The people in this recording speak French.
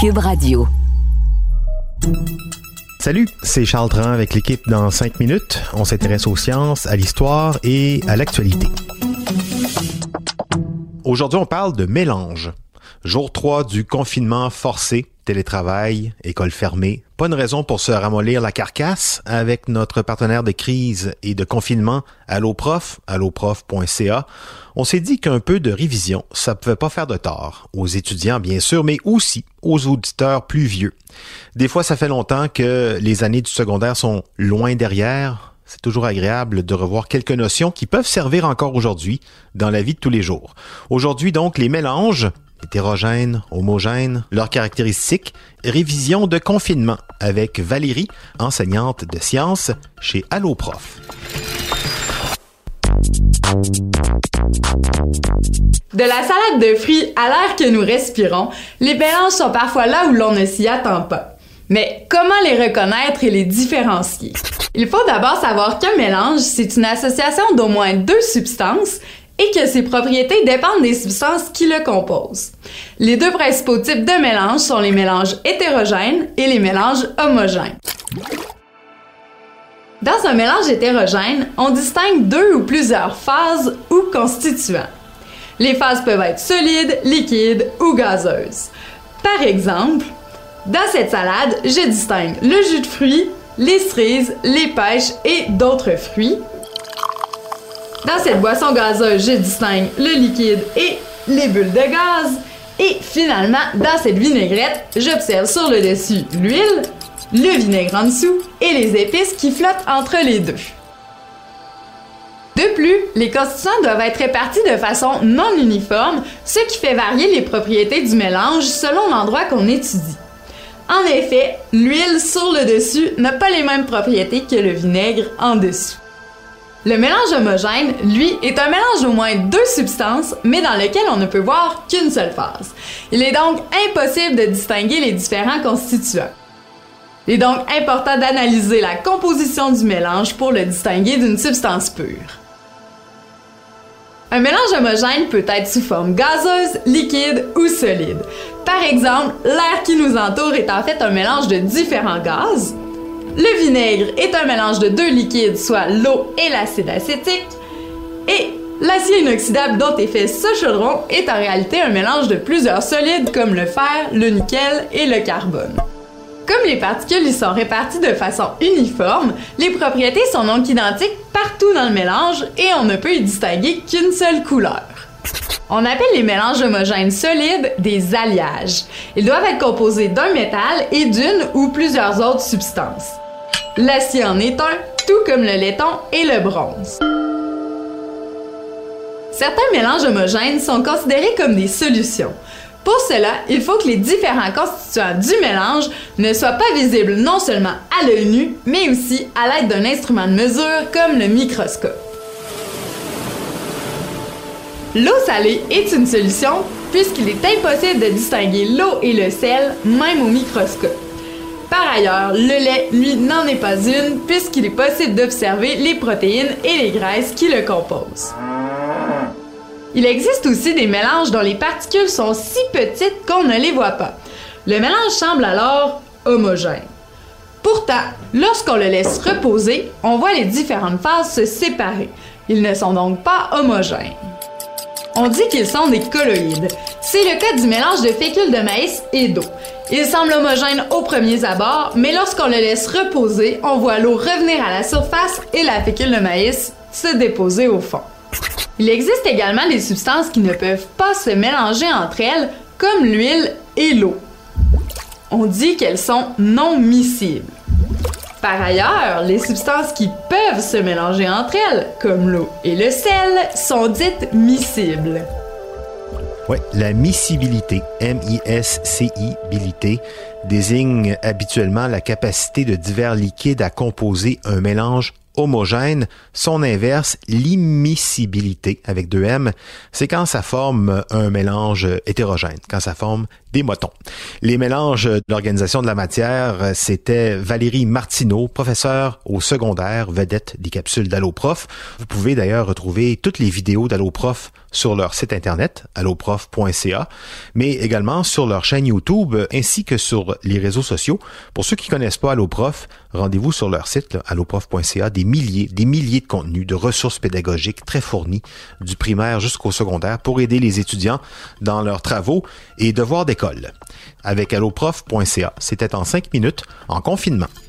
Cube Radio. Salut, c'est Charles Tran avec l'équipe dans 5 minutes. On s'intéresse aux sciences, à l'histoire et à l'actualité. Aujourd'hui, on parle de mélange. Jour 3 du confinement forcé, télétravail, école fermée. Pas une raison pour se ramollir la carcasse avec notre partenaire de crise et de confinement, Alloprof, alloprof.ca. On s'est dit qu'un peu de révision, ça pouvait pas faire de tort. Aux étudiants, bien sûr, mais aussi aux auditeurs plus vieux. Des fois, ça fait longtemps que les années du secondaire sont loin derrière. C'est toujours agréable de revoir quelques notions qui peuvent servir encore aujourd'hui dans la vie de tous les jours. Aujourd'hui, donc, les mélanges hétérogènes, homogènes, leurs caractéristiques, révision de confinement avec Valérie, enseignante de sciences chez Alloprof. De la salade de fruits à l'air que nous respirons, les mélanges sont parfois là où l'on ne s'y attend pas. Mais comment les reconnaître et les différencier? Il faut d'abord savoir qu'un mélange, c'est une association d'au moins deux substances et que ses propriétés dépendent des substances qui le composent. Les deux principaux types de mélanges sont les mélanges hétérogènes et les mélanges homogènes. Dans un mélange hétérogène, on distingue deux ou plusieurs phases ou constituants. Les phases peuvent être solides, liquides ou gazeuses. Par exemple, dans cette salade, je distingue le jus de fruits, les cerises, les pêches et d'autres fruits. Dans cette boisson gazeuse, je distingue le liquide et les bulles de gaz. Et finalement, dans cette vinaigrette, j'observe sur le dessus l'huile, le vinaigre en dessous et les épices qui flottent entre les deux. De plus, les constituants doivent être répartis de façon non uniforme, ce qui fait varier les propriétés du mélange selon l'endroit qu'on étudie. En effet, l'huile sur le dessus n'a pas les mêmes propriétés que le vinaigre en dessous. Le mélange homogène, lui, est un mélange d'au moins deux substances, mais dans lequel on ne peut voir qu'une seule phase. Il est donc impossible de distinguer les différents constituants. Il est donc important d'analyser la composition du mélange pour le distinguer d'une substance pure. Un mélange homogène peut être sous forme gazeuse, liquide ou solide. Par exemple, l'air qui nous entoure est en fait un mélange de différents gaz. Le vinaigre est un mélange de deux liquides, soit l'eau et l'acide acétique. Et l'acier inoxydable dont est fait ce chaudron est en réalité un mélange de plusieurs solides comme le fer, le nickel et le carbone. Comme les particules y sont réparties de façon uniforme, les propriétés sont donc identiques partout dans le mélange et on ne peut y distinguer qu'une seule couleur. On appelle les mélanges homogènes solides des alliages. Ils doivent être composés d'un métal et d'une ou plusieurs autres substances. L'acier en est un, tout comme le laiton et le bronze. Certains mélanges homogènes sont considérés comme des solutions. Pour cela, il faut que les différents constituants du mélange ne soient pas visibles non seulement à l'œil nu, mais aussi à l'aide d'un instrument de mesure comme le microscope. L'eau salée est une solution puisqu'il est impossible de distinguer l'eau et le sel, même au microscope. Par ailleurs, le lait, lui, n'en est pas une puisqu'il est possible d'observer les protéines et les graisses qui le composent. Il existe aussi des mélanges dont les particules sont si petites qu'on ne les voit pas. Le mélange semble alors homogène. Pourtant, lorsqu'on le laisse reposer, on voit les différentes phases se séparer. Ils ne sont donc pas homogènes. On dit qu'ils sont des colloïdes. C'est le cas du mélange de fécule de maïs et d'eau. Il semble homogène aux premiers abords, mais lorsqu'on le laisse reposer, on voit l'eau revenir à la surface et la fécule de maïs se déposer au fond. Il existe également des substances qui ne peuvent pas se mélanger entre elles, comme l'huile et l'eau. On dit qu'elles sont non miscibles. Par ailleurs, les substances qui peuvent se mélanger entre elles, comme l'eau et le sel, sont dites miscibles. Oui, la miscibilité, M-I-S-C-I-bilité, désigne habituellement la capacité de divers liquides à composer un mélange homogène. Son inverse, l'immiscibilité, avec 2 M, c'est quand ça forme un mélange hétérogène, quand ça forme des motons. Les mélanges de l'Organisation de la matière, c'était Valérie Martineau, professeure au secondaire, vedette des capsules d'Alloprof. Vous pouvez d'ailleurs retrouver toutes les vidéos d'Alloprof sur leur site internet, alloprof.ca, mais également sur leur chaîne YouTube ainsi que sur les réseaux sociaux. Pour ceux qui connaissent pas Alloprof, rendez-vous sur leur site, alloprof.ca, des milliers de contenus, de ressources pédagogiques très fournies, du primaire jusqu'au secondaire, pour aider les étudiants dans leurs travaux et devoirs d'école. Avec alloprof.ca, c'était en 5 minutes en confinement.